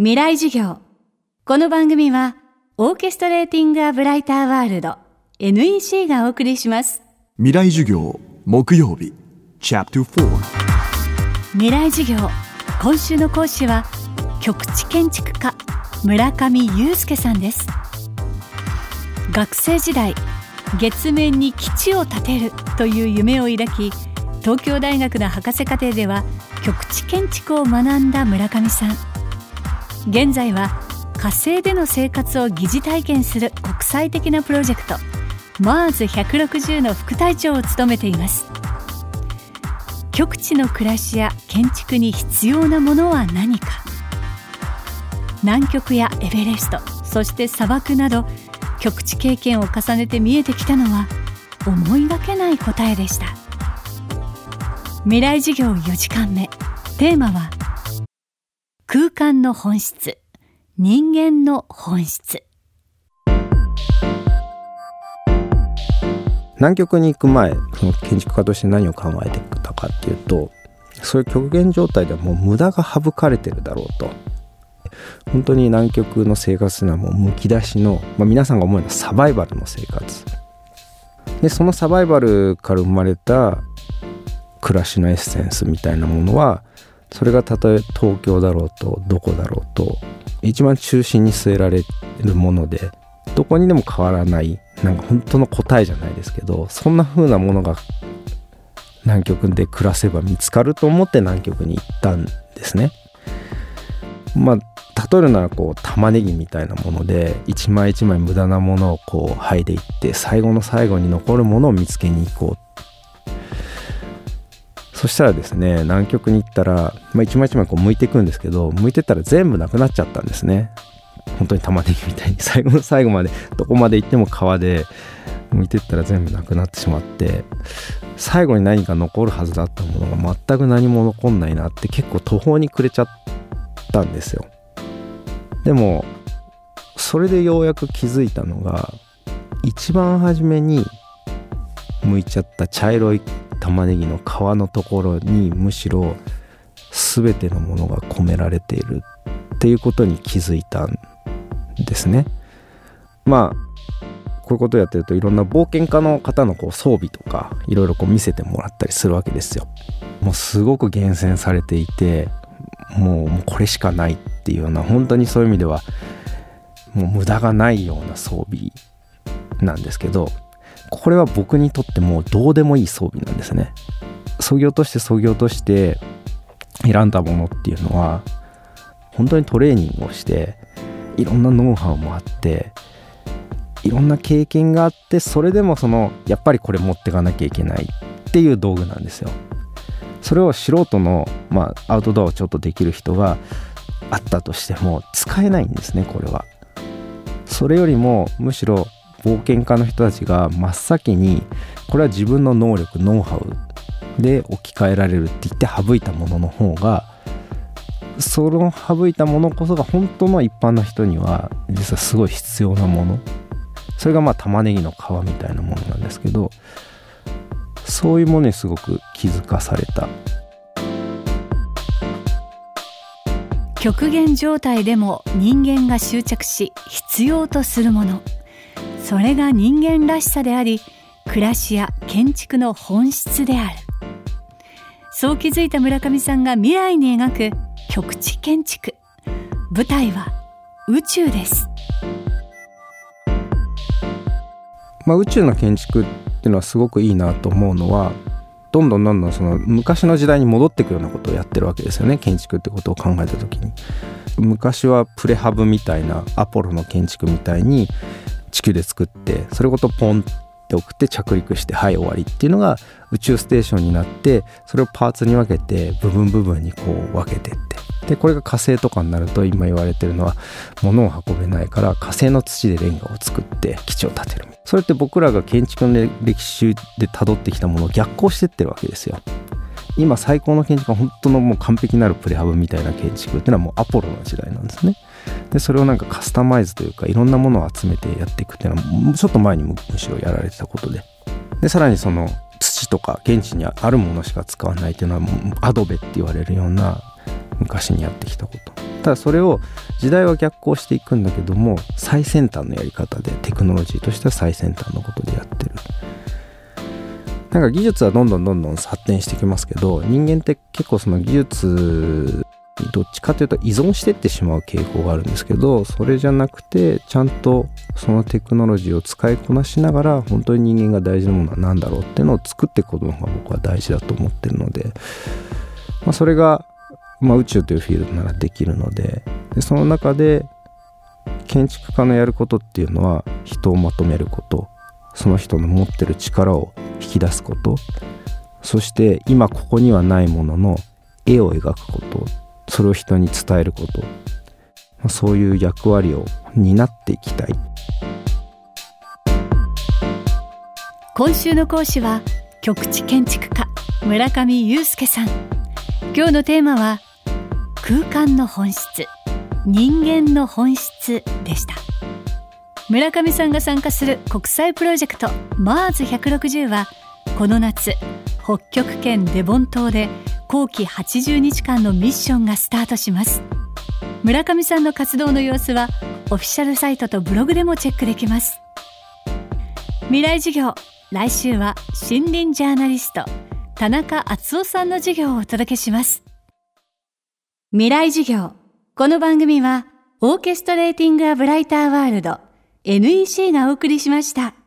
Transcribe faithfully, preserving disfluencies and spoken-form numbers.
未来授業。この番組はオーケストレーティングアブライターワールド エヌイーシー がお送りします。 未来授業木曜日チャプターフォー。 未来授業、今週の講師は局地建築家村上祐介さんです。学生時代、月面に基地を建てるという夢を抱き、東京大学の博士課程では局地建築を学んだ村上さん。現在は火星での生活を疑似体験する国際的なプロジェクト マーズひゃくろくじゅう の副隊長を務めています。極地の暮らしや建築に必要なものは何か。南極やエベレスト、そして砂漠など極地経験を重ねて見えてきたのは思いがけない答えでした。未来授業よじかんめ、テーマは空間の本質、人間の本質。 南極に行く前、その建築家として何を考えてたかっていうと、そういう極限状態ではもう無駄が省かれてるだろうと。本当に南極の生活というのはもうむき出しの、まあ、皆さんが思うようなサバイバルの生活で、そのサバイバルから生まれた暮らしのエッセンスみたいなものは、それがたとえ東京だろうとどこだろうと一番中心に据えられるもので、どこにでも変わらない、なんか本当の答えじゃないですけど、そんな風なものが南極で暮らせば見つかると思って南極に行ったんですね。まあ例えるならこう玉ねぎみたいなもので、一枚一枚無駄なものをこう剥いでいって、最後の最後に残るものを見つけに行こう。そしたらですね、南極に行ったら、まあ、一枚一枚こう剥いていくんですけど、剥いてったら全部なくなっちゃったんですね。本当に玉ねぎみたいに最後の最後までどこまで行っても皮で剥いてったら全部なくなってしまって、最後に何か残るはずだったものが全く何も残んないなって結構途方に暮れちゃったんですよ。でもそれでようやく気づいたのが、一番初めに剥いちゃった茶色い玉ねぎの皮のところにむしろ全てのものが込められているっていうことに気づいたんですね。まあこういうことをやってると、いろんな冒険家の方のこう装備とかいろいろこう見せてもらったりするわけですよ。もうすごく厳選されていて、もう、もうこれしかないっていうような、本当にそういう意味ではもう無駄がないような装備なんですけど、これは僕にとってもうどうでもいい装備なんですね。創業として創業として選んだものっていうのは、本当にトレーニングをしていろんなノウハウもあっていろんな経験があって、それでもそのやっぱりこれ持ってかなきゃいけないっていう道具なんですよ。それを素人の、まあ、アウトドアをちょっとできる人があったとしても使えないんですね、これは。それよりもむしろ冒険家の人たちが真っ先に、これは自分の能力ノウハウで置き換えられるって言って省いたものの方が、その省いたものこそが本当の一般の人には実はすごい必要なもの。それがまあ玉ねぎの皮みたいなものなんですけど、そういうものにすごく気づかされた。 極限状態でも人間が執着し必要とするもの、それが人間らしさであり、暮らしや建築の本質である。そう気づいた村上さんが未来に描く極地建築。舞台は宇宙です。 まあ、宇宙の建築っていうのはすごくいいなと思うのは、どんどんどんどんその昔の時代に戻っていくようなことをやってるわけですよね。建築ってことを考えた時に、昔はプレハブみたいな、アポロの建築みたいに地球で作って、それごとポンって送って着陸して、はい終わりっていうのが宇宙ステーションになって、それをパーツに分けて部分部分にこう分けてって、でこれが火星とかになると、今言われてるのは物を運べないから火星の土でレンガを作って基地を建てる。それって僕らが建築の歴史で辿ってきたものを逆行してってるわけですよ。今最高の建築は本当のもう完璧なるプレハブみたいな建築っていうのはもうアポロの時代なんですね。でそれをなんかカスタマイズというか、いろんなものを集めてやっていくっていうのはちょっと前にむしろやられてたことで、でさらにその土とか現地にあるものしか使わないっていうのはもうアドベって言われるような昔にやってきたことただそれを時代は逆行していくんだけども、最先端のやり方で、テクノロジーとしては最先端のことでやってる。なんか技術はどんどんどんどん発展してきますけど、人間って結構その技術にどっちかというと依存してってしまう傾向があるんですけど、それじゃなくてちゃんとそのテクノロジーを使いこなしながら、本当に人間が大事なものは何だろうっていうのを作っていくことの方が僕は大事だと思ってるので、まあ、それが、まあ、宇宙というフィールドならできるので、でその中で建築家のやることっていうのは、人をまとめること、その人の持ってる力を引き出すこと、そして今ここにはないものの絵を描くこと、それを人に伝えること、まあ、そういう役割を担っていきたい。 今週の講師は局地建築家村上裕介さん。今日のテーマは空間の本質、人間の本質でした。村上さんが参加する国際プロジェクト マーズひゃくろくじゅう はこの夏、北極圏デボン島で後期はちじゅうにちかんのミッションがスタートします。村上さんの活動の様子はオフィシャルサイトとブログでもチェックできます。未来授業、来週は森林ジャーナリスト田中敦夫さんの授業をお届けします。未来授業、この番組はオーケストレーティングアブライターワールド エヌイーシー がお送りしました。